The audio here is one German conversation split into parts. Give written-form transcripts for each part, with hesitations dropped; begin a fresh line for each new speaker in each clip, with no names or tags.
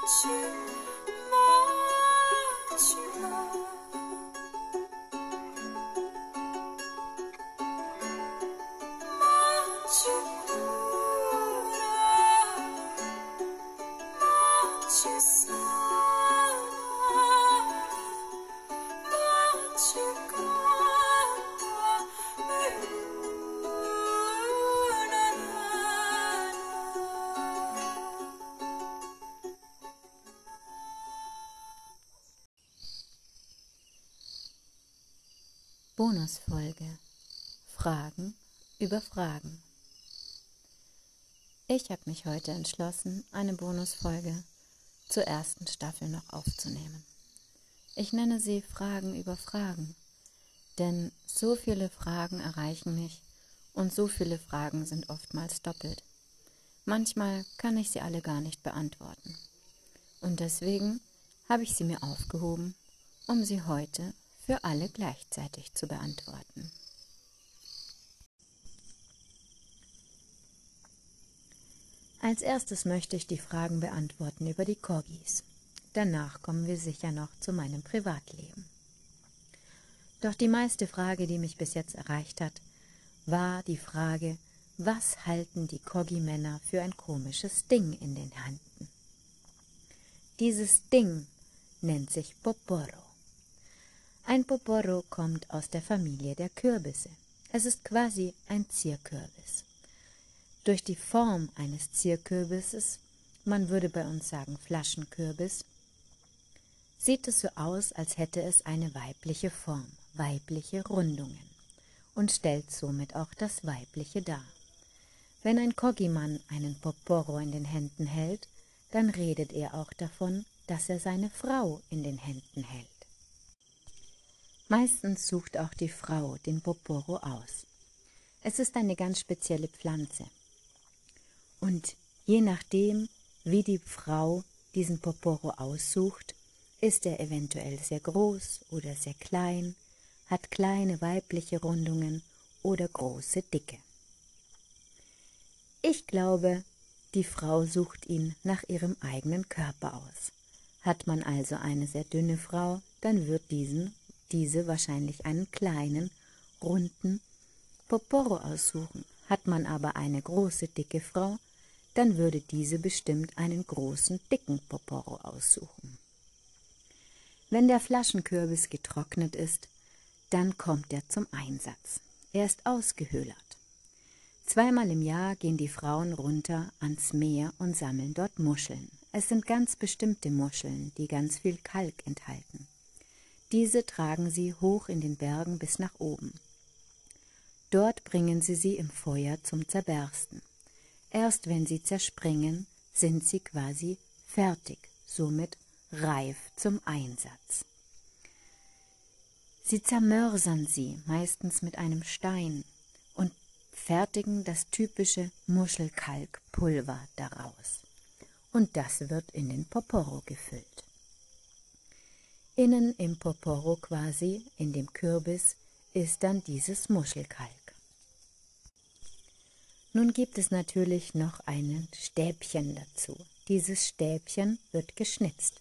Bonusfolge: Fragen über Fragen. Ich habe mich heute entschlossen, eine Bonusfolge zur ersten Staffel noch aufzunehmen. Ich nenne sie Fragen über Fragen, denn so viele Fragen erreichen mich und so viele Fragen sind oftmals doppelt. Manchmal kann ich sie alle gar nicht beantworten. Und deswegen habe ich sie mir aufgehoben, um sie heute für alle gleichzeitig zu beantworten. Als erstes möchte ich die Fragen beantworten über die Corgis. Danach kommen wir sicher noch zu meinem Privatleben. Doch die meiste Frage, die mich bis jetzt erreicht hat, war die Frage, was halten die Corgi-Männer für ein komisches Ding in den Händen? Dieses Ding nennt sich Poporo. Ein Poporo kommt aus der Familie der Kürbisse. Es ist quasi ein Zierkürbis. Durch die Form eines Zierkürbisses, man würde bei uns sagen Flaschenkürbis, sieht es so aus, als hätte es eine weibliche Form, weibliche Rundungen und stellt somit auch das Weibliche dar. Wenn ein Corgi-Mann einen Poporo in den Händen hält, dann redet er auch davon, dass er seine Frau in den Händen hält. Meistens sucht auch die Frau den Poporo aus. Es ist eine ganz spezielle Pflanze. Und je nachdem, wie die Frau diesen Poporo aussucht, ist er eventuell sehr groß oder sehr klein, hat kleine weibliche Rundungen oder große Dicke. Ich glaube, die Frau sucht ihn nach ihrem eigenen Körper aus. Hat man also eine sehr dünne Frau, dann wird diese wahrscheinlich einen kleinen, runden Poporo aussuchen. Hat man aber eine große, dicke Frau, dann würde diese bestimmt einen großen, dicken Poporo aussuchen. Wenn der Flaschenkürbis getrocknet ist, dann kommt er zum Einsatz. Er ist ausgehöhlert. Zweimal im Jahr gehen die Frauen runter ans Meer und sammeln dort Muscheln. Es sind ganz bestimmte Muscheln, die ganz viel Kalk enthalten. Diese tragen sie hoch in den Bergen bis nach oben. Dort bringen sie im Feuer zum Zerbersten. Erst wenn sie zerspringen, sind sie quasi fertig, somit reif zum Einsatz. Sie zermörsern sie, meistens mit einem Stein, und fertigen das typische Muschelkalkpulver daraus. Und das wird in den Poporo gefüllt. Innen im Poporo quasi, in dem Kürbis, ist dann dieses Muschelkalk. Nun gibt es natürlich noch ein Stäbchen dazu. Dieses Stäbchen wird geschnitzt.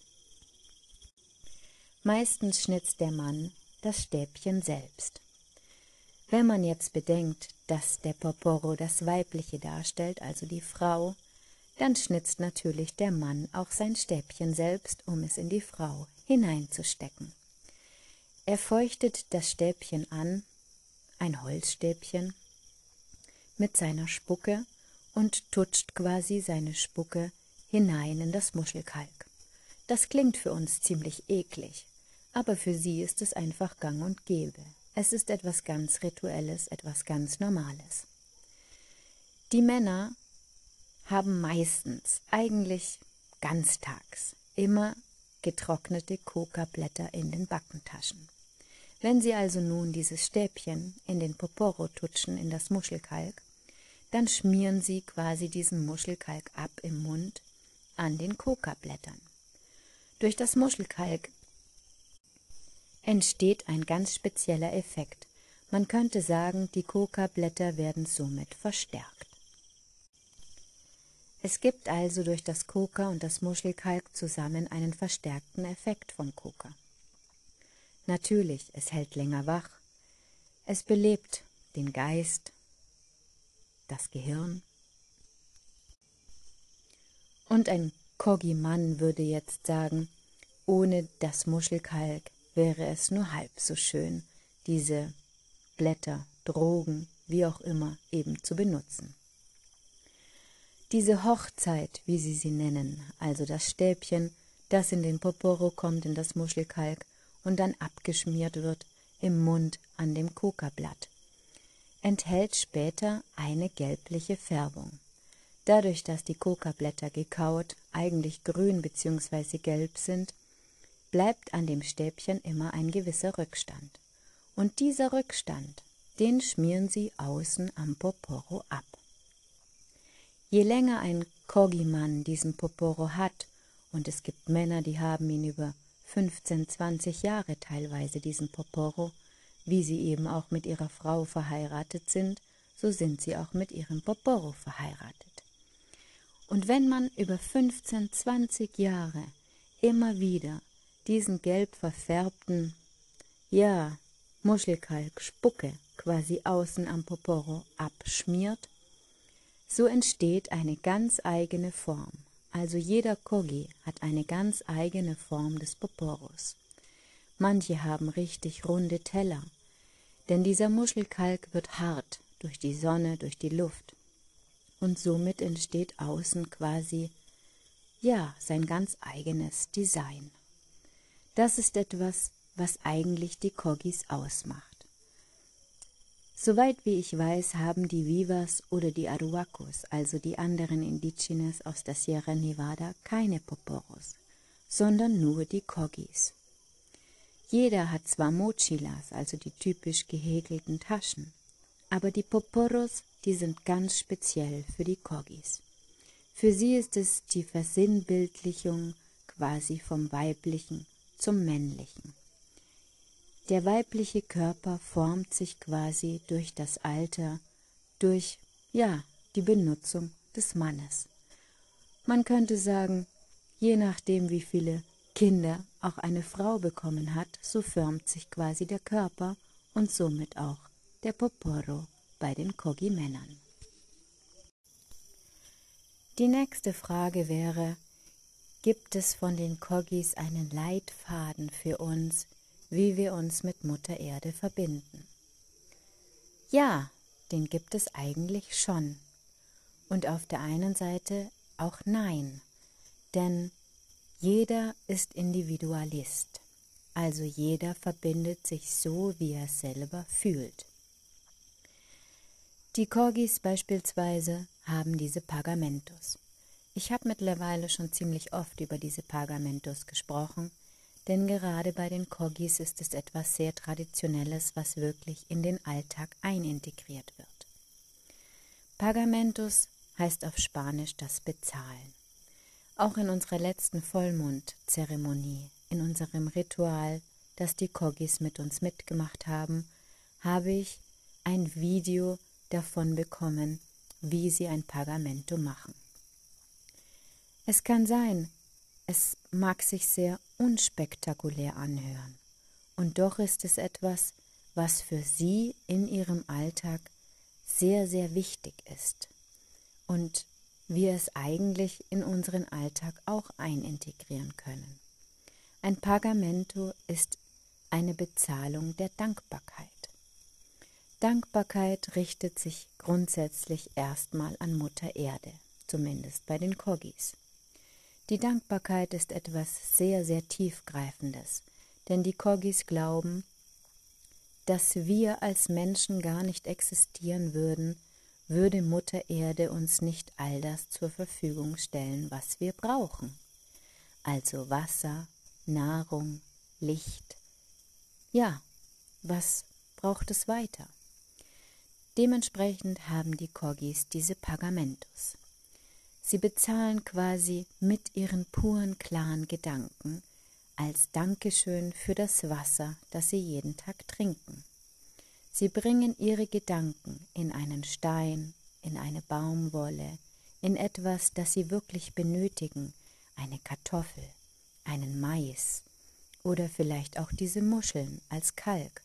Meistens schnitzt der Mann das Stäbchen selbst. Wenn man jetzt bedenkt, dass der Poporo das Weibliche darstellt, also die Frau, dann schnitzt natürlich der Mann auch sein Stäbchen selbst, um es in die Frau hineinzustecken. Er feuchtet das Stäbchen an, ein Holzstäbchen, mit seiner Spucke und tutscht quasi seine Spucke hinein in das Muschelkalk. Das klingt für uns ziemlich eklig, aber für sie ist es einfach gang und gäbe. Es ist etwas ganz Rituelles, etwas ganz Normales. Die Männer haben meistens, eigentlich ganztags, immer getrocknete Coca-Blätter in den Backentaschen. Wenn sie also nun dieses Stäbchen in den Poporo tutschen, in das Muschelkalk, dann schmieren sie quasi diesen Muschelkalk ab im Mund an den Coca-Blättern. Durch das Muschelkalk entsteht ein ganz spezieller Effekt. Man könnte sagen, die Coca-Blätter werden somit verstärkt. Es gibt also durch das Koka und das Muschelkalk zusammen einen verstärkten Effekt vom Koka. Natürlich, es hält länger wach, es belebt den Geist, das Gehirn. Und ein Kogi-Mann würde jetzt sagen, ohne das Muschelkalk wäre es nur halb so schön, diese Blätter, Drogen, wie auch immer, eben zu benutzen. Diese Hochzeit, wie sie nennen, also das Stäbchen, das in den Poporo kommt, in das Muschelkalk und dann abgeschmiert wird im Mund an dem Kokablatt, enthält später eine gelbliche Färbung. Dadurch, dass die Kokablätter gekaut eigentlich grün bzw. gelb sind, bleibt an dem Stäbchen immer ein gewisser Rückstand. Und dieser Rückstand, den schmieren sie außen am Poporo ab. Je länger ein Kogi-Mann diesen Poporo hat, und es gibt Männer, die haben ihn über 15, 20 Jahre teilweise, diesen Poporo, wie sie eben auch mit ihrer Frau verheiratet sind, so sind sie auch mit ihrem Poporo verheiratet. Und wenn man über 15, 20 Jahre immer wieder diesen gelb verfärbten, Muschelkalk, Spucke quasi außen am Poporo abschmiert, so entsteht eine ganz eigene Form. Also jeder Kogi hat eine ganz eigene Form des Poporos. Manche haben richtig runde Teller, denn dieser Muschelkalk wird hart durch die Sonne, durch die Luft. Und somit entsteht außen quasi, sein ganz eigenes Design. Das ist etwas, was eigentlich die Kogis ausmacht. Soweit wie ich weiß, haben die Vivas oder die Arhuacos, also die anderen Indigenes aus der Sierra Nevada, keine Poporos, sondern nur die Kogis. Jeder hat zwar Mochilas, also die typisch gehäkelten Taschen, aber die Poporos, die sind ganz speziell für die Kogis. Für sie ist es die Versinnbildlichung quasi vom Weiblichen zum Männlichen. Der weibliche Körper formt sich quasi durch das Alter, durch, die Benutzung des Mannes. Man könnte sagen, je nachdem wie viele Kinder auch eine Frau bekommen hat, so formt sich quasi der Körper und somit auch der Poporo bei den Kogi-Männern. Die nächste Frage wäre, gibt es von den Kogis einen Leitfaden für uns, wie wir uns mit Mutter Erde verbinden? Ja, den gibt es eigentlich schon. Und auf der einen Seite auch nein, denn jeder ist Individualist, also jeder verbindet sich so, wie er selber fühlt. Die Kogis beispielsweise haben diese Pagamentos. Ich habe mittlerweile schon ziemlich oft über diese Pagamentos gesprochen, denn gerade bei den Kogis ist es etwas sehr Traditionelles, was wirklich in den Alltag einintegriert wird. Pagamentos heißt auf Spanisch das Bezahlen. Auch in unserer letzten Vollmondzeremonie, in unserem Ritual, das die Kogis mit uns mitgemacht haben, habe ich ein Video davon bekommen, wie sie ein Pagamento machen. Es kann sein, es mag sich sehr unspektakulär anhören, und doch ist es etwas, was für sie in ihrem Alltag sehr, sehr wichtig ist und wir es eigentlich in unseren Alltag auch einintegrieren können. Ein Pagamento ist eine Bezahlung der Dankbarkeit. Dankbarkeit richtet sich grundsätzlich erstmal an Mutter Erde, zumindest bei den Kogis. Die Dankbarkeit ist etwas sehr, sehr Tiefgreifendes, denn die Kogis glauben, dass wir als Menschen gar nicht existieren würden, würde Mutter Erde uns nicht all das zur Verfügung stellen, was wir brauchen. Also Wasser, Nahrung, Licht. Ja, was braucht es weiter? Dementsprechend haben die Kogis diese Pagamentos. Sie bezahlen quasi mit ihren puren, klaren Gedanken als Dankeschön für das Wasser, das sie jeden Tag trinken. Sie bringen ihre Gedanken in einen Stein, in eine Baumwolle, in etwas, das sie wirklich benötigen, eine Kartoffel, einen Mais oder vielleicht auch diese Muscheln als Kalk.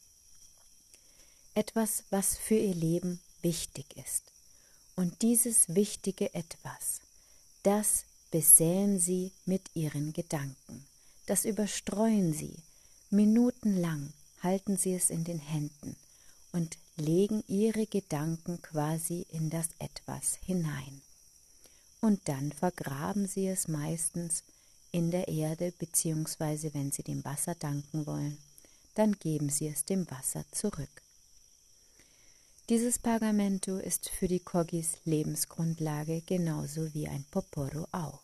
Etwas, was für ihr Leben wichtig ist. Und dieses wichtige Etwas, das besäen sie mit ihren Gedanken. Das überstreuen sie. Minutenlang halten sie es in den Händen und legen ihre Gedanken quasi in das Etwas hinein. Und dann vergraben sie es meistens in der Erde, beziehungsweise wenn sie dem Wasser danken wollen, dann geben sie es dem Wasser zurück. Dieses Pergamento ist für die Kogis Lebensgrundlage genauso wie ein Poporo auch.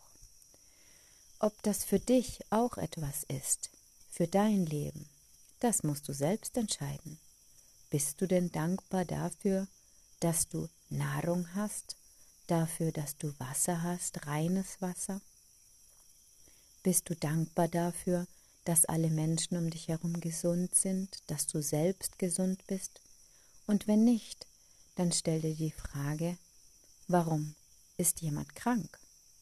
Ob das für dich auch etwas ist, für dein Leben, das musst du selbst entscheiden. Bist du denn dankbar dafür, dass du Nahrung hast, dafür, dass du Wasser hast, reines Wasser? Bist du dankbar dafür, dass alle Menschen um dich herum gesund sind, dass du selbst gesund bist? Und wenn nicht, dann stell dir die Frage, warum ist jemand krank?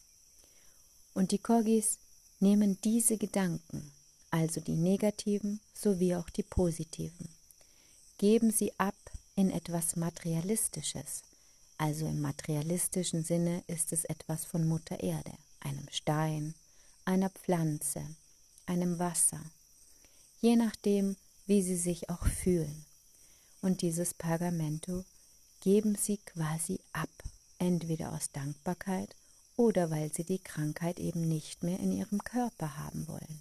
Und die Kogis nehmen diese Gedanken, also die negativen sowie auch die positiven, geben sie ab in etwas Materialistisches. Also im materialistischen Sinne ist es etwas von Mutter Erde, einem Stein, einer Pflanze, einem Wasser, je nachdem, wie sie sich auch fühlen. Und dieses Pergamento geben sie quasi ab, entweder aus Dankbarkeit oder weil sie die Krankheit eben nicht mehr in ihrem Körper haben wollen.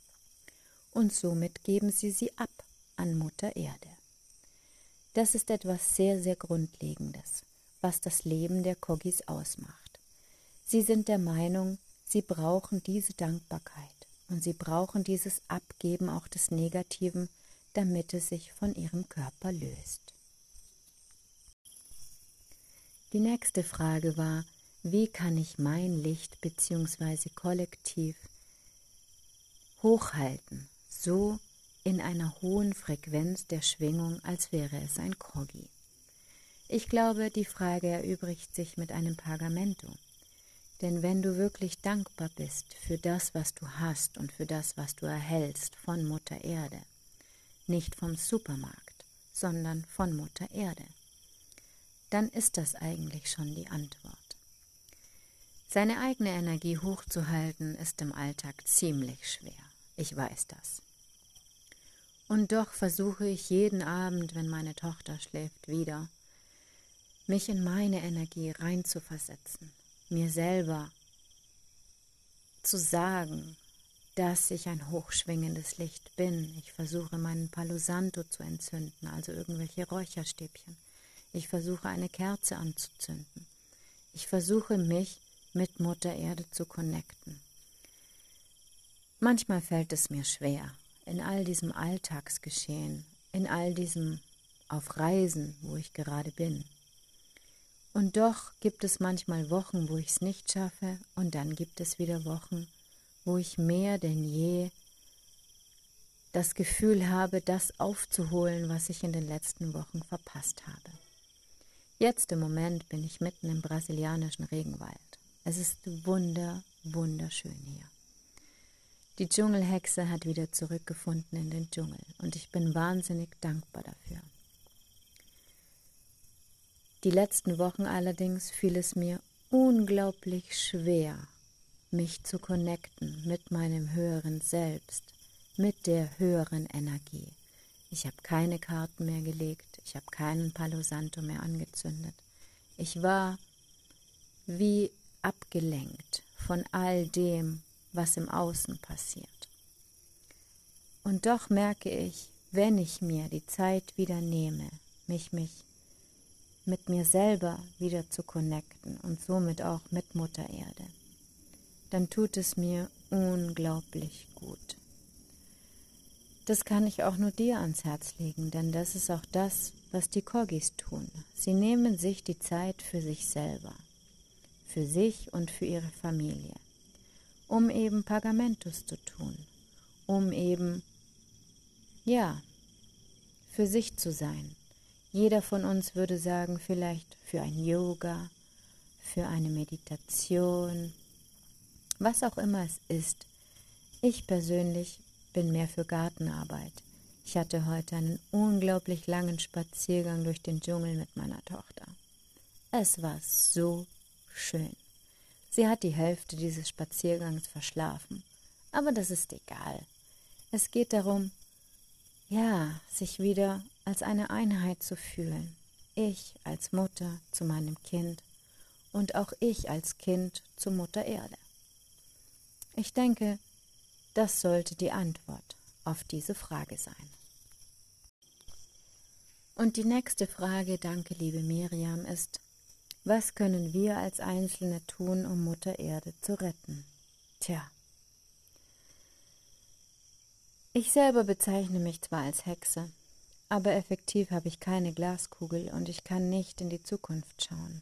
Und somit geben sie ab an Mutter Erde. Das ist etwas sehr, sehr Grundlegendes, was das Leben der Kogis ausmacht. Sie sind der Meinung, sie brauchen diese Dankbarkeit und sie brauchen dieses Abgeben auch des Negativen, damit es sich von ihrem Körper löst. Die nächste Frage war, wie kann ich mein Licht bzw. kollektiv hochhalten, so in einer hohen Frequenz der Schwingung, als wäre es ein Kogi. Ich glaube, die Frage erübrigt sich mit einem Pergamento. Denn wenn du wirklich dankbar bist für das, was du hast und für das, was du erhältst von Mutter Erde, nicht vom Supermarkt, sondern von Mutter Erde, dann ist das eigentlich schon die Antwort. Seine eigene Energie hochzuhalten ist im Alltag ziemlich schwer. Ich weiß das. Und doch versuche ich jeden Abend, wenn meine Tochter schläft, wieder, mich in meine Energie reinzuversetzen, mir selber zu sagen, dass ich ein hochschwingendes Licht bin. Ich versuche, meinen Palo Santo zu entzünden, also irgendwelche Räucherstäbchen. Ich versuche, eine Kerze anzuzünden. Ich versuche, mich mit Mutter Erde zu connecten. Manchmal fällt es mir schwer, in all diesem Alltagsgeschehen, in all diesem auf Reisen, wo ich gerade bin. Und doch gibt es manchmal Wochen, wo ich es nicht schaffe, und dann gibt es wieder Wochen, wo ich mehr denn je das Gefühl habe, das aufzuholen, was ich in den letzten Wochen verpasst habe. Jetzt im Moment bin ich mitten im brasilianischen Regenwald. Es ist wunderschön hier. Die Dschungelhexe hat wieder zurückgefunden in den Dschungel und ich bin wahnsinnig dankbar dafür. Die letzten Wochen allerdings fiel es mir unglaublich schwer, mich zu connecten mit meinem höheren Selbst, mit der höheren Energie. Ich habe keine Karten mehr gelegt, ich habe keinen Palo Santo mehr angezündet. Ich war wie abgelenkt von all dem, was im Außen passiert. Und doch merke ich, wenn ich mir die Zeit wieder nehme, mich mit mir selber wieder zu connecten und somit auch mit Mutter Erde, dann tut es mir unglaublich gut. Das kann ich auch nur dir ans Herz legen, denn das ist auch das, was die Kogis tun. Sie nehmen sich die Zeit für sich selber, für sich und für ihre Familie, um eben Pergamentos zu tun, um eben, für sich zu sein. Jeder von uns würde sagen, vielleicht für ein Yoga, für eine Meditation, was auch immer es ist. Ich persönlich bin mehr für Gartenarbeit. Ich hatte heute einen unglaublich langen Spaziergang durch den Dschungel mit meiner Tochter. Es war so schön. Sie hat die Hälfte dieses Spaziergangs verschlafen, aber das ist egal. Es geht darum, ja, sich wieder als eine Einheit zu fühlen. Ich als Mutter zu meinem Kind und auch ich als Kind zu Mutter Erde. Ich denke, das sollte die Antwort auf diese Frage sein. Und die nächste Frage, danke liebe Miriam, ist: Was können wir als Einzelne tun, um Mutter Erde zu retten? Tja, ich selber bezeichne mich zwar als Hexe, aber effektiv habe ich keine Glaskugel und ich kann nicht in die Zukunft schauen.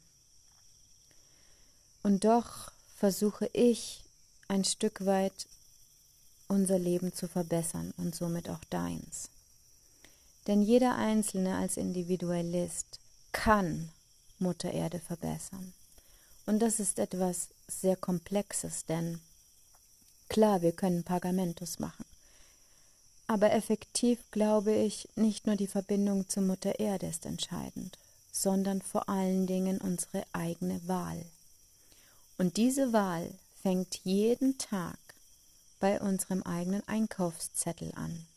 Und doch versuche ich ein Stück weit unser Leben zu verbessern und somit auch deins. Denn jeder Einzelne als Individualist kann Mutter Erde verbessern. Und das ist etwas sehr Komplexes, denn klar, wir können Pergamentus machen. Aber effektiv glaube ich, nicht nur die Verbindung zur Mutter Erde ist entscheidend, sondern vor allen Dingen unsere eigene Wahl. Und diese Wahl fängt jeden Tag bei unserem eigenen Einkaufszettel an.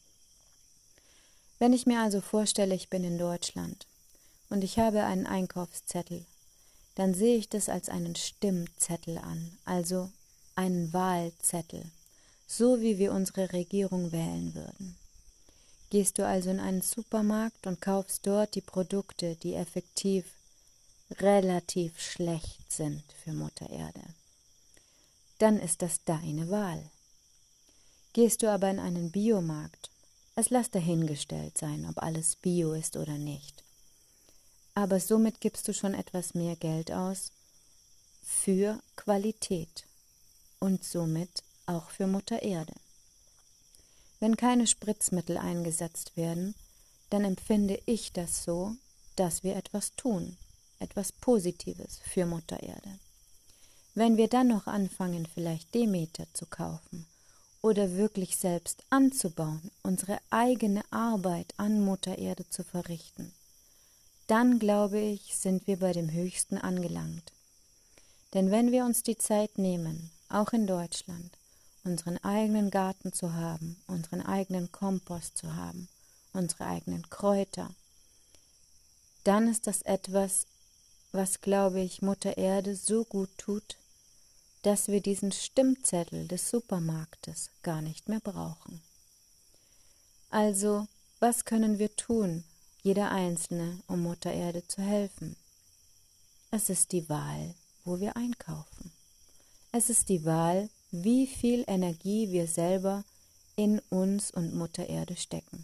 Wenn ich mir also vorstelle, ich bin in Deutschland und ich habe einen Einkaufszettel, dann sehe ich das als einen Stimmzettel an, also einen Wahlzettel, so wie wir unsere Regierung wählen würden. Gehst du also in einen Supermarkt und kaufst dort die Produkte, die effektiv relativ schlecht sind für Mutter Erde, dann ist das deine Wahl. Gehst du aber in einen Biomarkt, es lässt dahingestellt sein, ob alles Bio ist oder nicht, aber somit gibst du schon etwas mehr Geld aus für Qualität und somit auch für Mutter Erde. Wenn keine Spritzmittel eingesetzt werden, dann empfinde ich das so, dass wir etwas tun, etwas Positives für Mutter Erde. Wenn wir dann noch anfangen, vielleicht Demeter zu kaufen oder wirklich selbst anzubauen, unsere eigene Arbeit an Mutter Erde zu verrichten, dann glaube ich, sind wir bei dem Höchsten angelangt. Denn wenn wir uns die Zeit nehmen, auch in Deutschland, unseren eigenen Garten zu haben, unseren eigenen Kompost zu haben, unsere eigenen Kräuter, dann ist das etwas, was, glaube ich, Mutter Erde so gut tut, dass wir diesen Stimmzettel des Supermarktes gar nicht mehr brauchen. Also, was können wir tun, jeder Einzelne, um Mutter Erde zu helfen? Es ist die Wahl, wo wir einkaufen. Es ist die Wahl, wie viel Energie wir selber in uns und Mutter Erde stecken.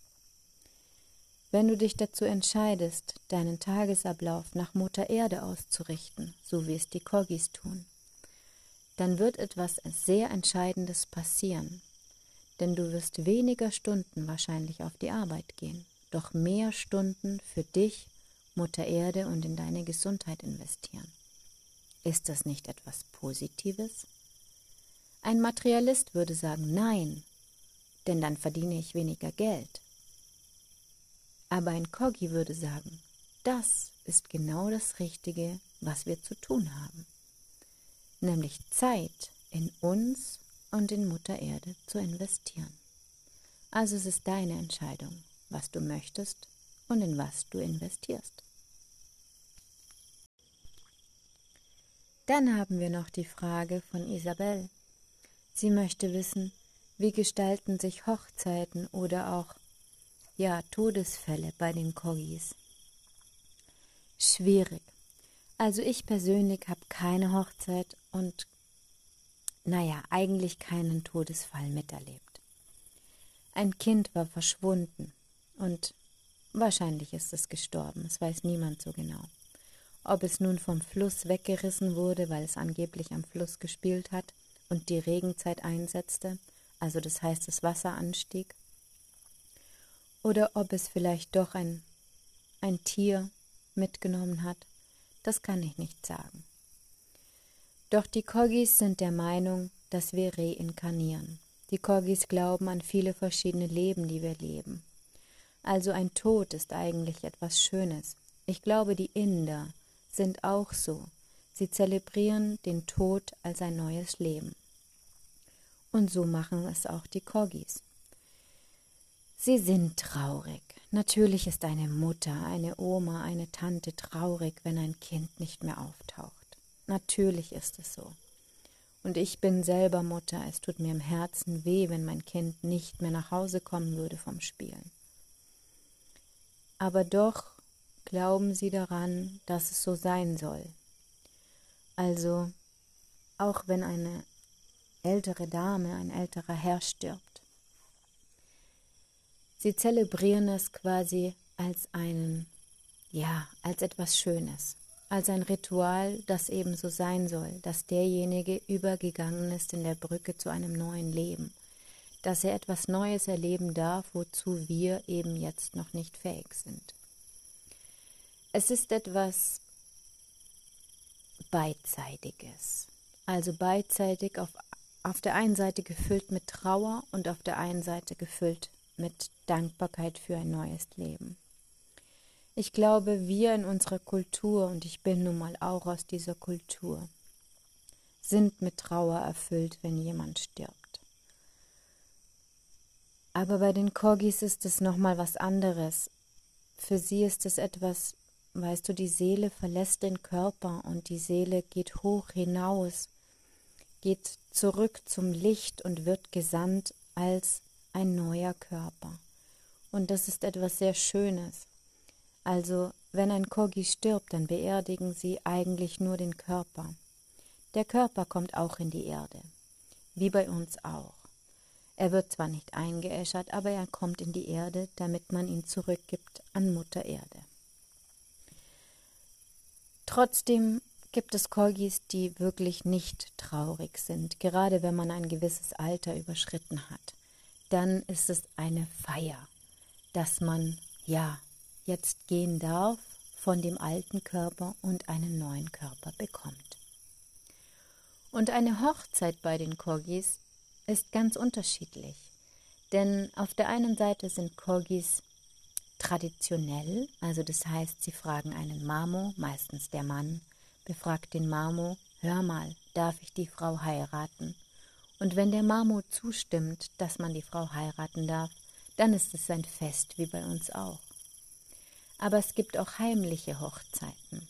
Wenn du dich dazu entscheidest, deinen Tagesablauf nach Mutter Erde auszurichten, so wie es die Corgis tun, dann wird etwas sehr Entscheidendes passieren, denn du wirst weniger Stunden wahrscheinlich auf die Arbeit gehen, doch mehr Stunden für dich, Mutter Erde und in deine Gesundheit investieren. Ist das nicht etwas Positives? Ein Materialist würde sagen, nein, denn dann verdiene ich weniger Geld. Aber ein Corgi würde sagen, das ist genau das Richtige, was wir zu tun haben, nämlich Zeit in uns und in Mutter Erde zu investieren. Also es ist deine Entscheidung, was du möchtest und in was du investierst. Dann haben wir noch die Frage von Isabel. Sie möchte wissen, wie gestalten sich Hochzeiten oder auch Todesfälle bei den Corgis. Schwierig. Also ich persönlich habe keine Hochzeit und eigentlich keinen Todesfall miterlebt. Ein Kind war verschwunden und wahrscheinlich ist es gestorben, es weiß niemand so genau. Ob es nun vom Fluss weggerissen wurde, weil es angeblich am Fluss gespielt hat und die Regenzeit einsetzte, also das heißt das Wasser anstieg, oder ob es vielleicht doch ein Tier mitgenommen hat, das kann ich nicht sagen. Doch die Corgis sind der Meinung, dass wir reinkarnieren. Die Corgis glauben an viele verschiedene Leben, die wir leben. Also ein Tod ist eigentlich etwas Schönes. Ich glaube, die Inder sind auch so. Sie zelebrieren den Tod als ein neues Leben. Und so machen es auch die Corgis. Sie sind traurig. Natürlich ist eine Mutter, eine Oma, eine Tante traurig, wenn ein Kind nicht mehr auftaucht. Natürlich ist es so. Und ich bin selber Mutter. Es tut mir im Herzen weh, wenn mein Kind nicht mehr nach Hause kommen würde vom Spielen. Aber doch glauben sie daran, dass es so sein soll. Also, auch wenn eine ältere Dame, ein älterer Herr stirbt, sie zelebrieren es quasi als als etwas Schönes, als ein Ritual, das eben so sein soll, dass derjenige übergegangen ist in der Brücke zu einem neuen Leben, dass er etwas Neues erleben darf, wozu wir eben jetzt noch nicht fähig sind. Es ist etwas Beidseitiges, also beidseitig auf der einen Seite gefüllt mit Trauer und auf der einen Seite gefüllt mit Dankbarkeit für ein neues Leben. Ich glaube, wir in unserer Kultur, und ich bin nun mal auch aus dieser Kultur, sind mit Trauer erfüllt, wenn jemand stirbt. Aber bei den Corgis ist es nochmal was anderes. Für sie ist es etwas, weißt du, die Seele verlässt den Körper und die Seele geht hoch hinaus, geht zurück zum Licht und wird gesandt als ein neuer Körper. Und das ist etwas sehr Schönes. Also, wenn ein Corgi stirbt, dann beerdigen sie eigentlich nur den Körper. Der Körper kommt auch in die Erde, wie bei uns auch. Er wird zwar nicht eingeäschert, aber er kommt in die Erde, damit man ihn zurückgibt an Mutter Erde. Trotzdem gibt es Corgis, die wirklich nicht traurig sind, gerade wenn man ein gewisses Alter überschritten hat. Dann ist es eine Feier, dass man, jetzt gehen darf von dem alten Körper und einen neuen Körper bekommt. Und eine Hochzeit bei den Corgis ist ganz unterschiedlich, denn auf der einen Seite sind Corgis traditionell, also das heißt, sie fragen einen Mamo, meistens der Mann, befragt den Mamo, hör mal, darf ich die Frau heiraten? Und wenn der Mamo zustimmt, dass man die Frau heiraten darf, dann ist es ein Fest, wie bei uns auch. Aber es gibt auch heimliche Hochzeiten,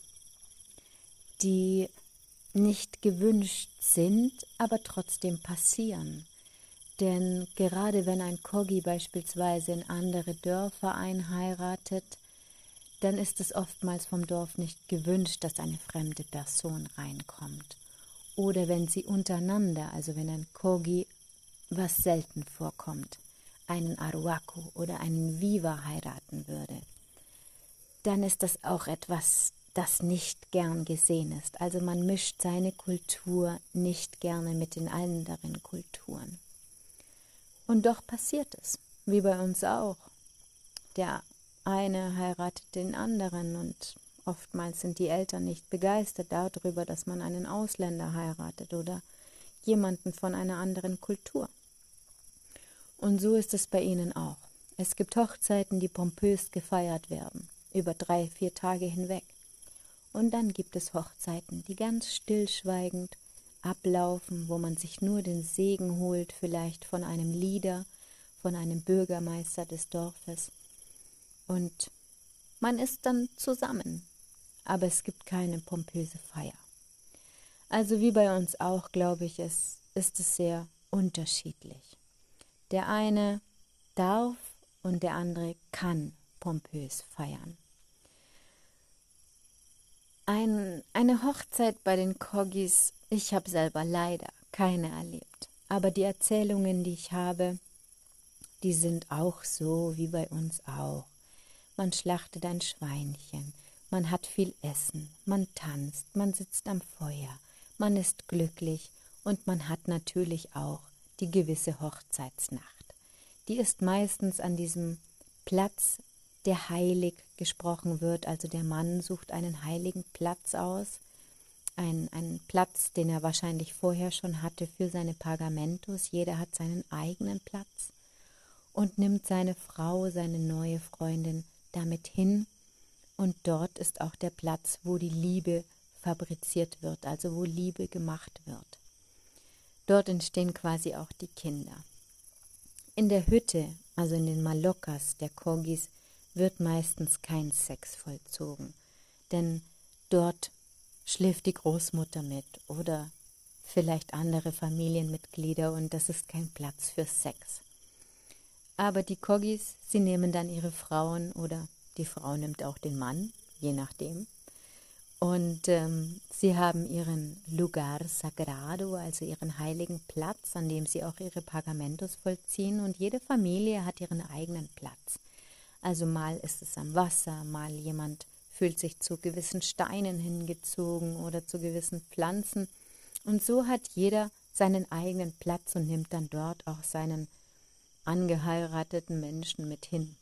die nicht gewünscht sind, aber trotzdem passieren. Denn gerade wenn ein Corgi beispielsweise in andere Dörfer einheiratet, dann ist es oftmals vom Dorf nicht gewünscht, dass eine fremde Person reinkommt. Oder wenn sie untereinander, also wenn ein Corgi, was selten vorkommt, einen Arhuaco oder einen Viva heiraten würde, dann ist das auch etwas, das nicht gern gesehen ist. Also man mischt seine Kultur nicht gerne mit den anderen Kulturen. Und doch passiert es, wie bei uns auch. Der eine heiratet den anderen und oftmals sind die Eltern nicht begeistert darüber, dass man einen Ausländer heiratet oder jemanden von einer anderen Kultur. Und so ist es bei ihnen auch. Es gibt Hochzeiten, die pompös gefeiert werden, über 3-4 Tage hinweg. Und dann gibt es Hochzeiten, die ganz stillschweigend ablaufen, wo man sich nur den Segen holt, vielleicht von einem Leader, von einem Bürgermeister des Dorfes. Und man ist dann zusammen, aber es gibt keine pompöse Feier. Also wie bei uns auch, glaube ich, ist es sehr unterschiedlich. Der eine darf und der andere kann pompös feiern. Eine Hochzeit bei den Corgis, ich habe selber leider keine erlebt. Aber die Erzählungen, die ich habe, die sind auch so wie bei uns auch. Man schlachtet ein Schweinchen, man hat viel Essen, man tanzt, man sitzt am Feuer, man ist glücklich und man hat natürlich auch die gewisse Hochzeitsnacht. Die ist meistens an diesem Platz, der heilig gesprochen wird, also der Mann sucht einen heiligen Platz aus, einen Platz, den er wahrscheinlich vorher schon hatte für seine Pergamentos. Jeder hat seinen eigenen Platz und nimmt seine Frau, seine neue Freundin damit hin. Und dort ist auch der Platz, wo die Liebe fabriziert wird, also wo Liebe gemacht wird. Dort entstehen quasi auch die Kinder. In der Hütte, also in den Malokas der Corgis, wird meistens kein Sex vollzogen, denn dort schläft die Großmutter mit oder vielleicht andere Familienmitglieder und das ist kein Platz für Sex. Aber die Corgis, sie nehmen dann ihre Frauen oder die Frau nimmt auch den Mann, je nachdem. Und sie haben ihren Lugar Sagrado, also ihren heiligen Platz, an dem sie auch ihre Pergamentos vollziehen. Und jede Familie hat ihren eigenen Platz. Also mal ist es am Wasser, mal jemand fühlt sich zu gewissen Steinen hingezogen oder zu gewissen Pflanzen. Und so hat jeder seinen eigenen Platz und nimmt dann dort auch seinen angeheirateten Menschen mit hin.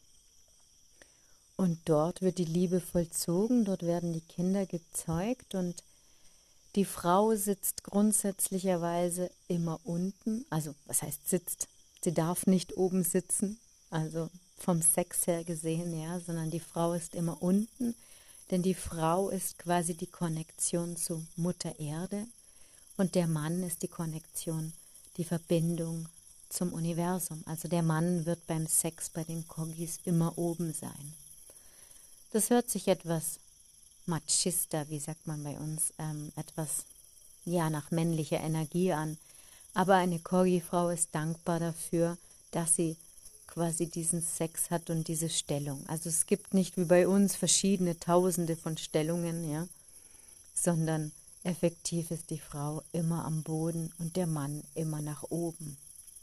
Und dort wird die Liebe vollzogen, dort werden die Kinder gezeugt und die Frau sitzt grundsätzlicherweise immer unten, also was heißt sitzt? Sie darf nicht oben sitzen, also vom Sex her gesehen, ja, sondern die Frau ist immer unten, denn die Frau ist quasi die Konnektion zu Mutter Erde und der Mann ist die Konnektion, die Verbindung zum Universum. Also der Mann wird beim Sex bei den Corgis immer oben sein. Das hört sich etwas machista, wie sagt man bei uns, etwas nach männlicher Energie an. Aber eine Corgi-Frau ist dankbar dafür, dass sie quasi diesen Sex hat und diese Stellung. Also es gibt nicht wie bei uns verschiedene Tausende von Stellungen, ja, sondern effektiv ist die Frau immer am Boden und der Mann immer nach oben.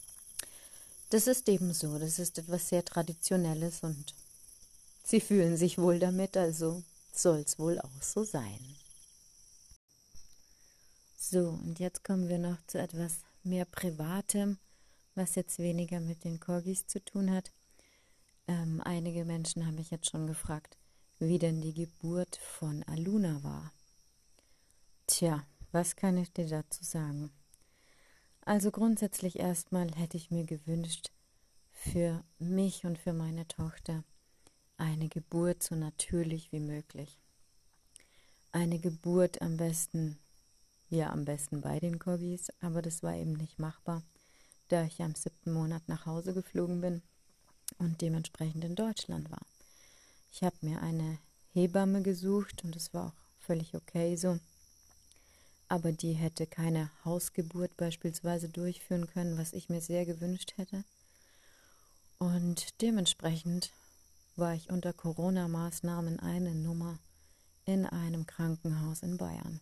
Das ist eben so, das ist etwas sehr Traditionelles und sie fühlen sich wohl damit, also soll es wohl auch so sein. So, und jetzt kommen wir noch zu etwas mehr Privatem, was jetzt weniger mit den Corgis zu tun hat. Einige Menschen haben mich jetzt schon gefragt, wie denn die Geburt von Aluna war. Tja, was kann ich dir dazu sagen? Also grundsätzlich erstmal hätte ich mir gewünscht, für mich und für meine Tochter eine Geburt so natürlich wie möglich. Eine Geburt am besten bei den Corgis, aber das war eben nicht machbar, da ich am 7. Monat nach Hause geflogen bin und dementsprechend in Deutschland war. Ich habe mir eine Hebamme gesucht und es war auch völlig okay so, aber die hätte keine Hausgeburt beispielsweise durchführen können, was ich mir sehr gewünscht hätte. Und dementsprechend war ich unter Corona-Maßnahmen eine Nummer in einem Krankenhaus in Bayern.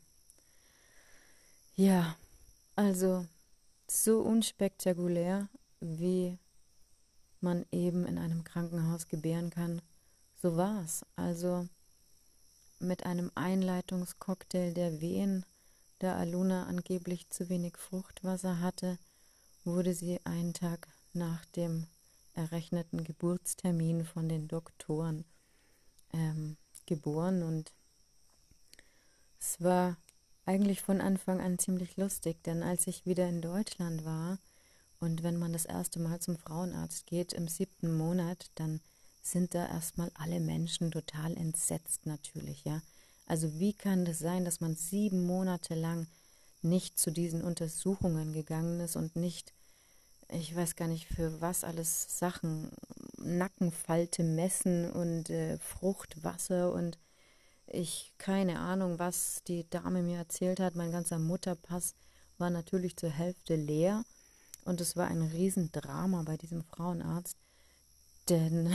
Ja, also so unspektakulär, wie man eben in einem Krankenhaus gebären kann, so war's. Also mit einem Einleitungscocktail der Wehen, da Aluna angeblich zu wenig Fruchtwasser hatte, wurde sie einen Tag nach dem errechneten Geburtstermin von den Doktoren geboren und es war eigentlich von Anfang an ziemlich lustig, denn als ich wieder in Deutschland war und wenn man das erste Mal zum Frauenarzt geht im 7. Monat, dann sind da erstmal alle Menschen total entsetzt natürlich, ja. Also wie kann das sein, dass man 7 Monate lang nicht zu diesen Untersuchungen gegangen ist und nicht, ich weiß gar nicht für was alles Sachen, Nackenfalte messen und Fruchtwasser und keine Ahnung, was die Dame mir erzählt hat. Mein ganzer Mutterpass war natürlich zur Hälfte leer und es war ein Riesendrama bei diesem Frauenarzt, denn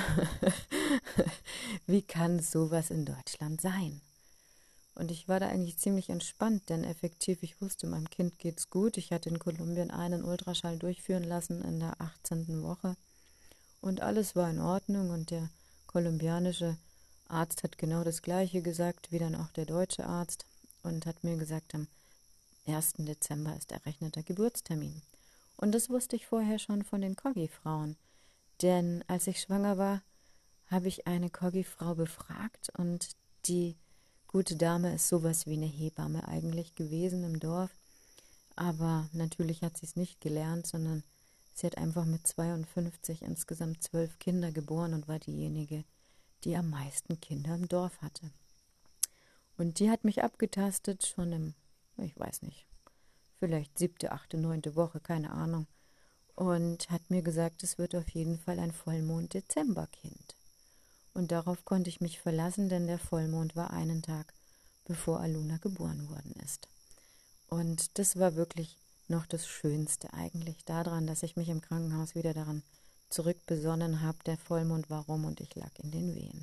wie kann sowas in Deutschland sein? Und ich war da eigentlich ziemlich entspannt, denn effektiv, ich wusste, meinem Kind geht's gut. Ich hatte in Kolumbien einen Ultraschall durchführen lassen in der 18. Woche und alles war in Ordnung und der kolumbianische Arzt hat genau das Gleiche gesagt, wie dann auch der deutsche Arzt und hat mir gesagt, am 1. Dezember ist errechneter Geburtstermin. Und das wusste ich vorher schon von den Corgi-Frauen, denn als ich schwanger war, habe ich eine Corgi-Frau befragt und die gute Dame ist sowas wie eine Hebamme eigentlich gewesen im Dorf. Aber natürlich hat sie es nicht gelernt, sondern sie hat einfach mit 52 insgesamt 12 Kinder geboren und war diejenige, die am meisten Kinder im Dorf hatte. Und die hat mich abgetastet schon ich weiß nicht, vielleicht 7., 8., 9. Woche, keine Ahnung. Und hat mir gesagt, es wird auf jeden Fall ein Vollmond-Dezemberkind. Und darauf konnte ich mich verlassen, denn der Vollmond war einen Tag, bevor Aluna geboren worden ist. Und das war wirklich noch das Schönste eigentlich daran, dass ich mich im Krankenhaus wieder daran zurückbesonnen habe, der Vollmond war rum und ich lag in den Wehen.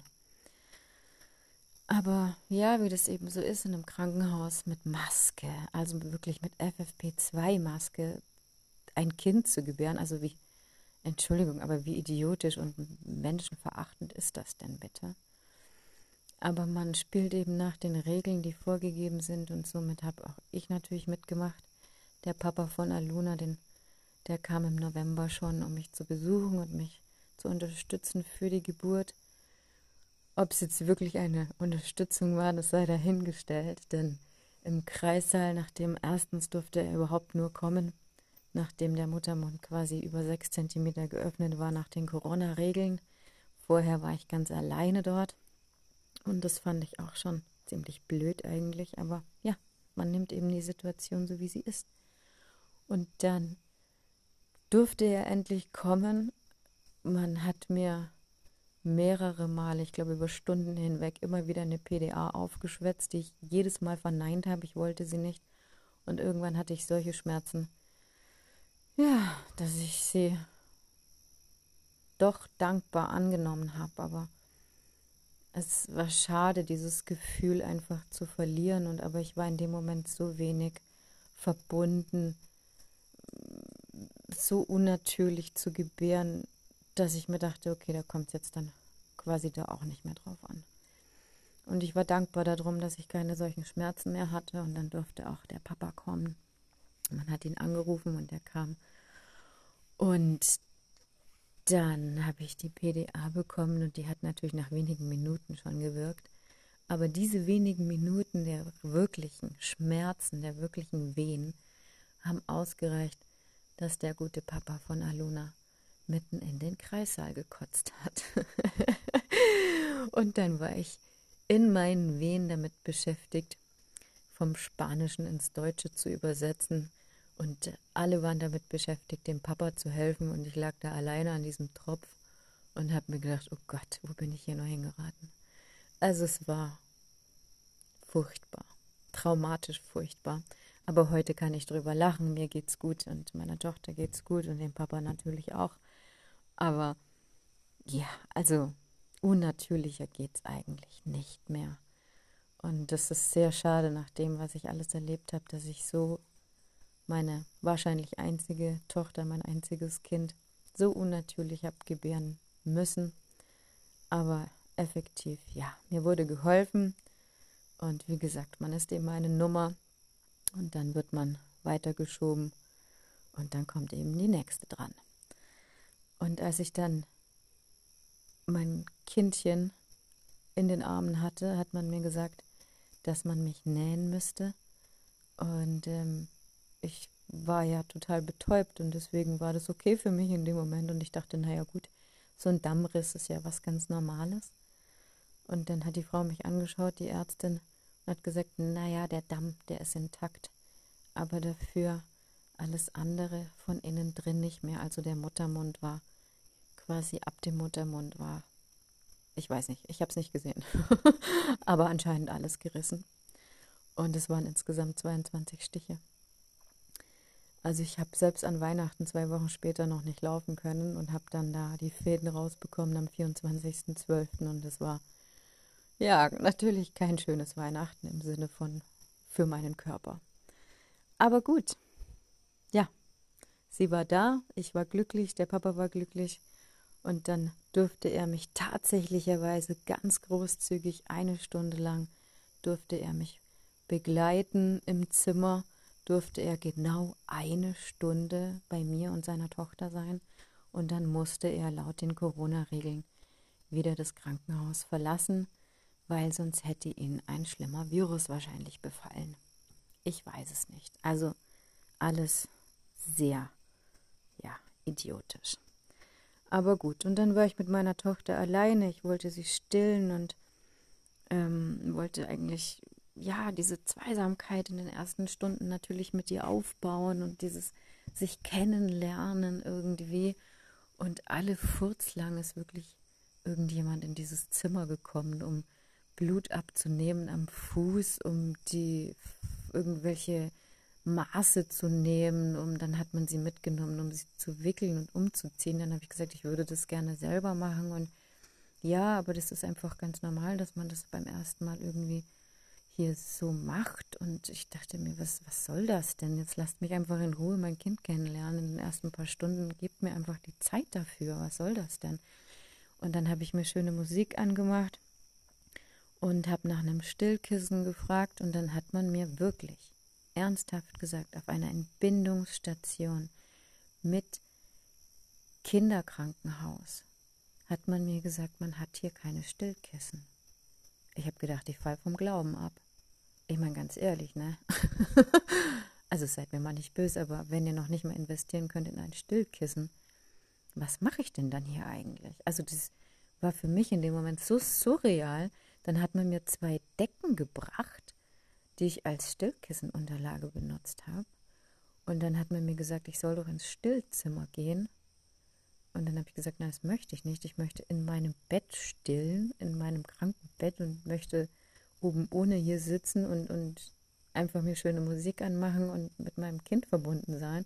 Aber ja, wie das eben so ist in einem Krankenhaus mit Maske, also wirklich mit FFP2-Maske, ein Kind zu gebären, also Entschuldigung, aber wie idiotisch und menschenverachtend ist das denn bitte? Aber man spielt eben nach den Regeln, die vorgegeben sind und somit habe auch ich natürlich mitgemacht. Der Papa von Aluna, der kam im November schon, um mich zu besuchen und mich zu unterstützen für die Geburt. Ob es jetzt wirklich eine Unterstützung war, das sei dahingestellt, denn im Kreissaal, nachdem erstens durfte er überhaupt nur kommen, nachdem der Muttermund quasi über 6 Zentimeter geöffnet war nach den Corona-Regeln. Vorher war ich ganz alleine dort und das fand ich auch schon ziemlich blöd eigentlich, aber ja, man nimmt eben die Situation so, wie sie ist. Und dann durfte er endlich kommen. Man hat mir mehrere Male, ich glaube über Stunden hinweg, immer wieder eine PDA aufgeschwätzt, die ich jedes Mal verneint habe. Ich wollte sie nicht. Und irgendwann hatte ich solche Schmerzen, ja, dass ich sie doch dankbar angenommen habe. Aber es war schade, dieses Gefühl einfach zu verlieren. Aber ich war in dem Moment so wenig verbunden, so unnatürlich zu gebären, dass ich mir dachte, okay, da kommt es jetzt dann quasi da auch nicht mehr drauf an. Und ich war dankbar darum, dass ich keine solchen Schmerzen mehr hatte und dann durfte auch der Papa kommen. Man hat ihn angerufen und er kam. Und dann habe ich die PDA bekommen und die hat natürlich nach wenigen Minuten schon gewirkt. Aber diese wenigen Minuten der wirklichen Schmerzen, der wirklichen Wehen, haben ausgereicht, dass der gute Papa von Aluna mitten in den Kreissaal gekotzt hat. Und dann war ich in meinen Wehen damit beschäftigt, vom Spanischen ins Deutsche zu übersetzen. Und alle waren damit beschäftigt, dem Papa zu helfen. Und ich lag da alleine an diesem Tropf und habe mir gedacht, oh Gott, wo bin ich hier nur hingeraten? Also es war furchtbar, traumatisch furchtbar. Aber heute kann ich drüber lachen, mir geht's gut und meiner Tochter geht's gut und dem Papa natürlich auch. Aber ja, also unnatürlicher geht's eigentlich nicht mehr. Und das ist sehr schade nach dem, was ich alles erlebt habe, dass ich so meine wahrscheinlich einzige Tochter, mein einziges Kind, so unnatürlich habe gebären müssen. Aber effektiv, ja, mir wurde geholfen. Und wie gesagt, man ist eben eine Nummer und dann wird man weitergeschoben und dann kommt eben die nächste dran. Und als ich dann mein Kindchen in den Armen hatte, hat man mir gesagt, dass man mich nähen müsste. Und ich war ja total betäubt und deswegen war das okay für mich in dem Moment. Und ich dachte, naja gut, so ein Dammriss ist ja was ganz Normales. Und dann hat die Frau mich angeschaut, die Ärztin, und hat gesagt, naja, der Damm, der ist intakt. Aber dafür alles andere von innen drin nicht mehr. Also der Muttermund war quasi ab dem Muttermund war, ich weiß nicht, ich habe es nicht gesehen, aber anscheinend alles gerissen. Und es waren insgesamt 22 Stiche. Also ich habe selbst an Weihnachten 2 Wochen später noch nicht laufen können und habe dann da die Fäden rausbekommen am 24.12. Und es war ja natürlich kein schönes Weihnachten im Sinne von für meinen Körper. Aber gut, ja, sie war da, ich war glücklich, der Papa war glücklich und dann durfte er mich tatsächlicherweise ganz großzügig 1 Stunde lang durfte er mich begleiten im Zimmer, durfte er genau 1 Stunde bei mir und seiner Tochter sein und dann musste er laut den Corona-Regeln wieder das Krankenhaus verlassen, weil sonst hätte ihn ein schlimmer Virus wahrscheinlich befallen. Ich weiß es nicht. Also alles sehr, ja, idiotisch. Aber gut, und dann war ich mit meiner Tochter alleine. Ich wollte sie stillen und wollte eigentlich, ja, diese Zweisamkeit in den ersten Stunden natürlich mit ihr aufbauen und dieses sich kennenlernen irgendwie. Und alle furzlang ist wirklich irgendjemand in dieses Zimmer gekommen, um Blut abzunehmen am Fuß, um die irgendwelche Maße zu nehmen, dann hat man sie mitgenommen, um sie zu wickeln und umzuziehen. Dann habe ich gesagt, ich würde das gerne selber machen und ja, aber das ist einfach ganz normal, dass man das beim ersten Mal irgendwie hier so macht. Und ich dachte mir, was soll das denn? Jetzt lasst mich einfach in Ruhe mein Kind kennenlernen in den ersten paar Stunden. Gebt mir einfach die Zeit dafür. Was soll das denn? Und dann habe ich mir schöne Musik angemacht und habe nach einem Stillkissen gefragt. Und dann hat man mir wirklich ernsthaft gesagt, auf einer Entbindungsstation mit Kinderkrankenhaus, hat man mir gesagt, man hat hier keine Stillkissen. Ich habe gedacht, ich falle vom Glauben ab. Ich meine, ganz ehrlich, ne? Also seid mir mal nicht böse, aber wenn ihr noch nicht mal investieren könnt in ein Stillkissen, was mache ich denn dann hier eigentlich? Also das war für mich in dem Moment so surreal. Dann hat man mir 2 Decken gebracht, die ich als Stillkissenunterlage benutzt habe. Und dann hat man mir gesagt, ich soll doch ins Stillzimmer gehen. Und dann habe ich gesagt, nein, das möchte ich nicht. Ich möchte in meinem Bett stillen, in meinem Krankenbett und möchte oben ohne hier sitzen und einfach mir schöne Musik anmachen und mit meinem Kind verbunden sein.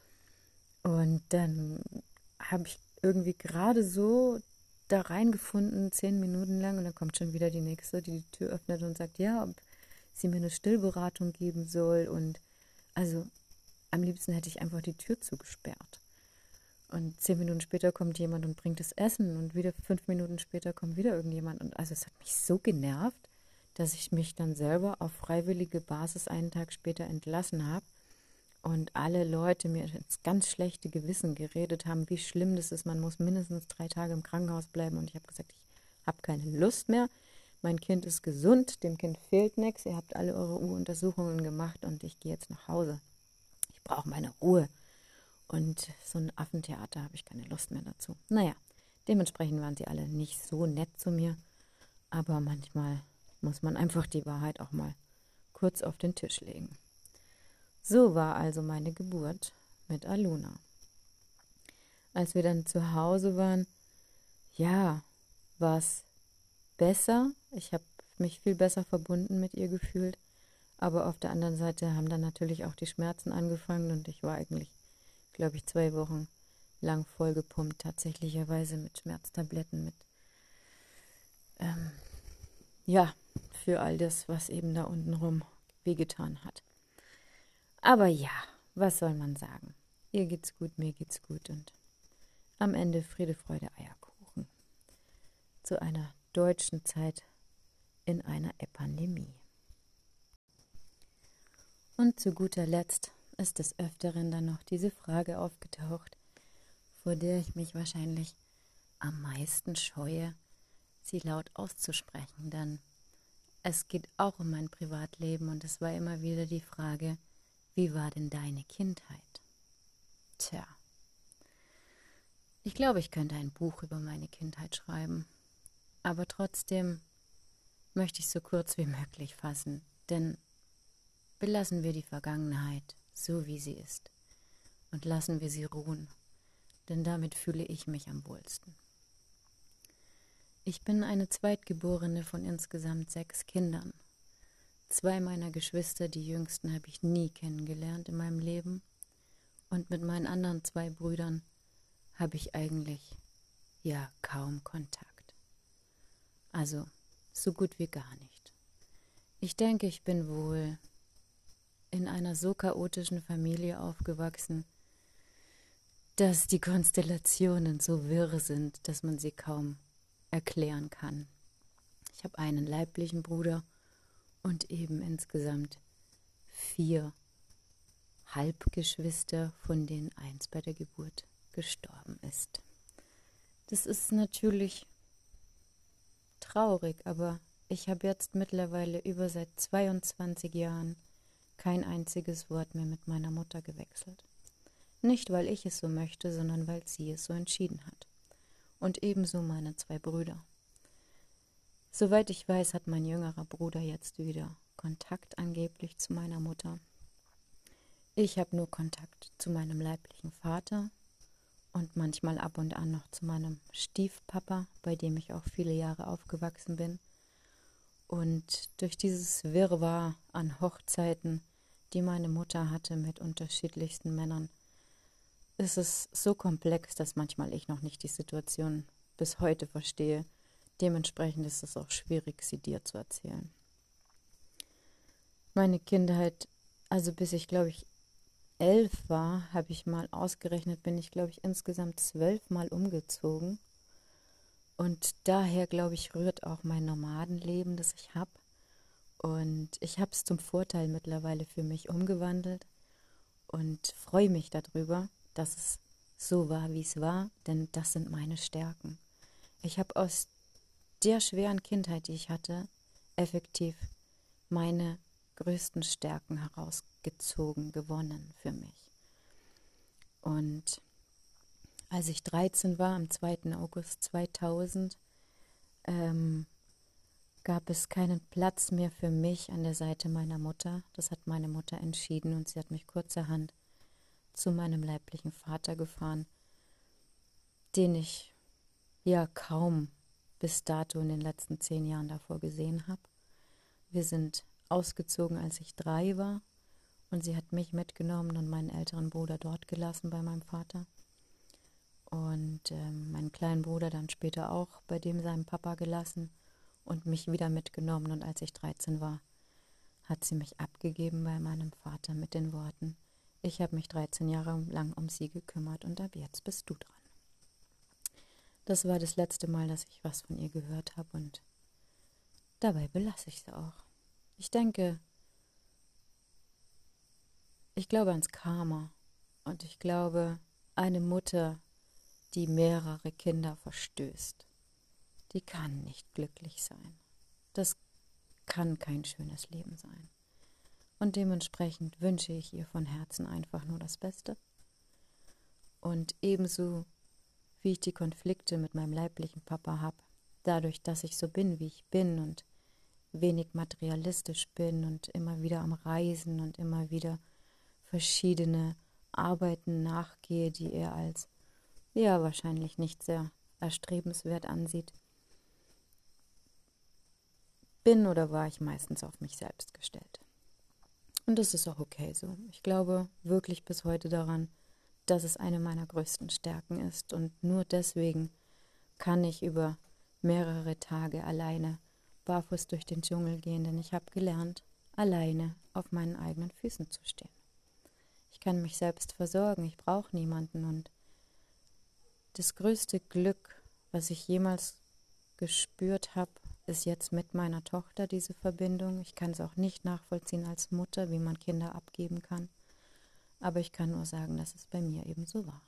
Und dann habe ich irgendwie gerade so da reingefunden, 10 Minuten lang, und dann kommt schon wieder die Nächste, die die Tür öffnet und sagt, ja, ob sie mir eine Stillberatung geben soll. Und also am liebsten hätte ich einfach die Tür zugesperrt. Und 10 Minuten später kommt jemand und bringt das Essen und wieder 5 Minuten später kommt wieder irgendjemand. Und also es hat mich so genervt, dass ich mich dann selber auf freiwillige Basis einen Tag später entlassen habe und alle Leute mir ins ganz schlechte Gewissen geredet haben, wie schlimm das ist. Man muss mindestens 3 Tage im Krankenhaus bleiben. Und ich habe gesagt, ich habe keine Lust mehr. Mein Kind ist gesund, dem Kind fehlt nichts. Ihr habt alle eure Untersuchungen gemacht und ich gehe jetzt nach Hause. Ich brauche meine Ruhe. Und so ein Affentheater habe ich keine Lust mehr dazu. Naja, dementsprechend waren sie alle nicht so nett zu mir. Aber manchmal muss man einfach die Wahrheit auch mal kurz auf den Tisch legen. So war also meine Geburt mit Aluna. Als wir dann zu Hause waren, ja, war es besser. Ich habe mich viel besser verbunden mit ihr gefühlt. Aber auf der anderen Seite haben dann natürlich auch die Schmerzen angefangen und ich war eigentlich, glaube ich, 2 Wochen lang vollgepumpt, tatsächlicherweise mit Schmerztabletten, mit, ja, für all das, was eben da untenrum wehgetan hat. Aber ja, was soll man sagen? Ihr geht's gut, mir geht's gut und am Ende Friede, Freude, Eierkuchen. Zu einer deutschen Zeit in einer Epandemie. Und zu guter Letzt ist des Öfteren dann noch diese Frage aufgetaucht, vor der ich mich wahrscheinlich am meisten scheue, sie laut auszusprechen, denn es geht auch um mein Privatleben und es war immer wieder die Frage, wie war denn deine Kindheit? Tja, ich glaube, ich könnte ein Buch über meine Kindheit schreiben, aber trotzdem möchte ich es so kurz wie möglich fassen, denn belassen wir die Vergangenheit so, wie sie ist und lassen wir sie ruhen, denn damit fühle ich mich am wohlsten. Ich bin eine Zweitgeborene von insgesamt 6 Kindern. 2 meiner Geschwister, die jüngsten, habe ich nie kennengelernt in meinem Leben. Und mit meinen anderen 2 Brüdern habe ich eigentlich, ja, kaum Kontakt. Also, so gut wie gar nicht. Ich denke, ich bin wohl in einer so chaotischen Familie aufgewachsen, dass die Konstellationen so wirr sind, dass man sie kaum erklären kann. Ich habe einen leiblichen Bruder und eben insgesamt 4 Halbgeschwister, von denen 1 bei der Geburt gestorben ist. Das ist natürlich traurig, aber Ich habe jetzt mittlerweile seit 22 Jahren kein einziges Wort mehr mit meiner Mutter gewechselt. Nicht, weil ich es so möchte, sondern weil sie es so entschieden hat. Und ebenso meine 2 Brüder. Soweit ich weiß, hat mein jüngerer Bruder jetzt wieder Kontakt angeblich zu meiner Mutter. Ich habe nur Kontakt zu meinem leiblichen Vater und manchmal ab und an noch zu meinem Stiefpapa, bei dem ich auch viele Jahre aufgewachsen bin. Und durch dieses Wirrwarr an Hochzeiten, die meine Mutter hatte mit unterschiedlichsten Männern, ist es so komplex, dass manchmal ich noch nicht die Situation bis heute verstehe. Dementsprechend ist es auch schwierig, sie dir zu erzählen. Meine Kindheit, also bis ich glaube ich 11 war, habe ich mal ausgerechnet, bin ich glaube ich insgesamt 12 Mal umgezogen. Und daher glaube ich rührt auch mein Nomadenleben, das ich habe. Und ich habe es zum Vorteil mittlerweile für mich umgewandelt und freue mich darüber, dass es so war, wie es war, denn das sind meine Stärken. Ich habe aus der schweren Kindheit, die ich hatte, effektiv meine größten Stärken herausgezogen, gewonnen für mich. Und als ich 13 war, am 2. August 2000, gab es keinen Platz mehr für mich an der Seite meiner Mutter. Das hat meine Mutter entschieden und sie hat mich kurzerhand zu meinem leiblichen Vater gefahren, den ich ja kaum bis dato in den letzten 10 Jahren davor gesehen habe. Wir sind ausgezogen, als ich 3 war und sie hat mich mitgenommen und meinen älteren Bruder dort gelassen bei meinem Vater. Und meinen kleinen Bruder dann später auch bei dem seinem Papa gelassen und mich wieder mitgenommen. Und als ich 13 war, hat sie mich abgegeben bei meinem Vater mit den Worten: Ich habe mich 13 Jahre lang um sie gekümmert und ab jetzt bist du dran. Das war das letzte Mal, dass ich was von ihr gehört habe und dabei belasse ich sie auch. Ich denke, ich glaube ans Karma und ich glaube, eine Mutter, die mehrere Kinder verstößt, die kann nicht glücklich sein. Das kann kein schönes Leben sein. Und dementsprechend wünsche ich ihr von Herzen einfach nur das Beste. Und ebenso wie ich die Konflikte mit meinem leiblichen Papa habe, dadurch, dass ich so bin, wie ich bin und wenig materialistisch bin und immer wieder am Reisen und immer wieder verschiedene Arbeiten nachgehe, die er als ja wahrscheinlich nicht sehr erstrebenswert ansieht, bin oder war ich meistens auf mich selbst gestellt. Und das ist auch okay so. Ich glaube wirklich bis heute daran, dass es eine meiner größten Stärken ist und nur deswegen kann ich über mehrere Tage alleine barfuß durch den Dschungel gehen, denn ich habe gelernt, alleine auf meinen eigenen Füßen zu stehen. Ich kann mich selbst versorgen, ich brauche niemanden und das größte Glück, was ich jemals gespürt habe, ist jetzt mit meiner Tochter diese Verbindung. Ich kann es auch nicht nachvollziehen als Mutter, wie man Kinder abgeben kann. Aber ich kann nur sagen, dass es bei mir eben so war.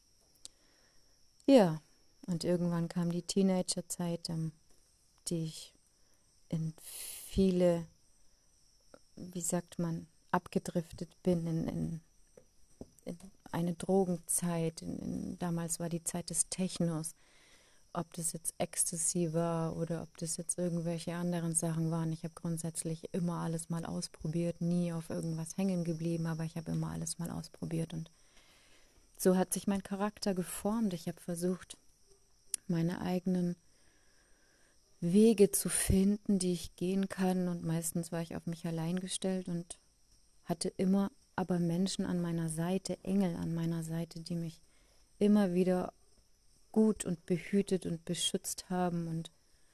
Ja, und irgendwann kam die Teenagerzeit, die ich in viele, wie sagt man, abgedriftet bin, in eine Drogenzeit. Damals war die Zeit des Technos. Ob das jetzt Ecstasy war oder ob das jetzt irgendwelche anderen Sachen waren. Ich habe grundsätzlich immer alles mal ausprobiert, nie auf irgendwas hängen geblieben, aber ich habe immer alles mal ausprobiert und so hat sich mein Charakter geformt. Ich habe versucht, meine eigenen Wege zu finden, die ich gehen kann und meistens war ich auf mich allein gestellt und hatte immer aber Menschen an meiner Seite, Engel an meiner Seite, die mich immer wieder gut und behütet und beschützt haben und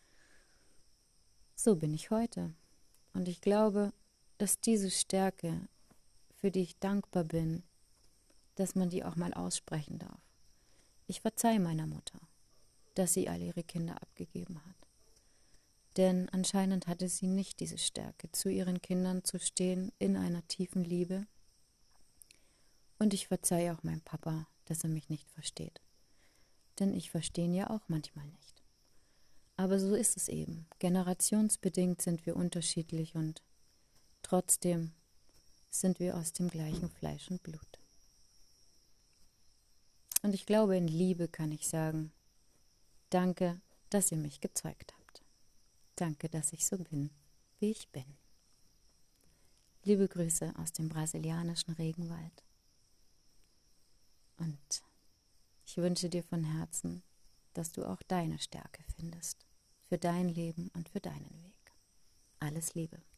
so bin ich heute. Und ich glaube, dass diese Stärke, für die ich dankbar bin, dass man die auch mal aussprechen darf. Ich verzeihe meiner Mutter, dass sie all ihre Kinder abgegeben hat. Denn anscheinend hatte sie nicht diese Stärke, zu ihren Kindern zu stehen in einer tiefen Liebe. Und ich verzeihe auch meinem Papa, dass er mich nicht versteht. Denn ich verstehe ihn ja auch manchmal nicht. Aber so ist es eben. Generationsbedingt sind wir unterschiedlich und trotzdem sind wir aus dem gleichen Fleisch und Blut. Und ich glaube, in Liebe kann ich sagen, danke, dass ihr mich gezeugt habt. Danke, dass ich so bin, wie ich bin. Liebe Grüße aus dem brasilianischen Regenwald. Und ich wünsche dir von Herzen, dass du auch deine Stärke findest, für dein Leben und für deinen Weg. Alles Liebe.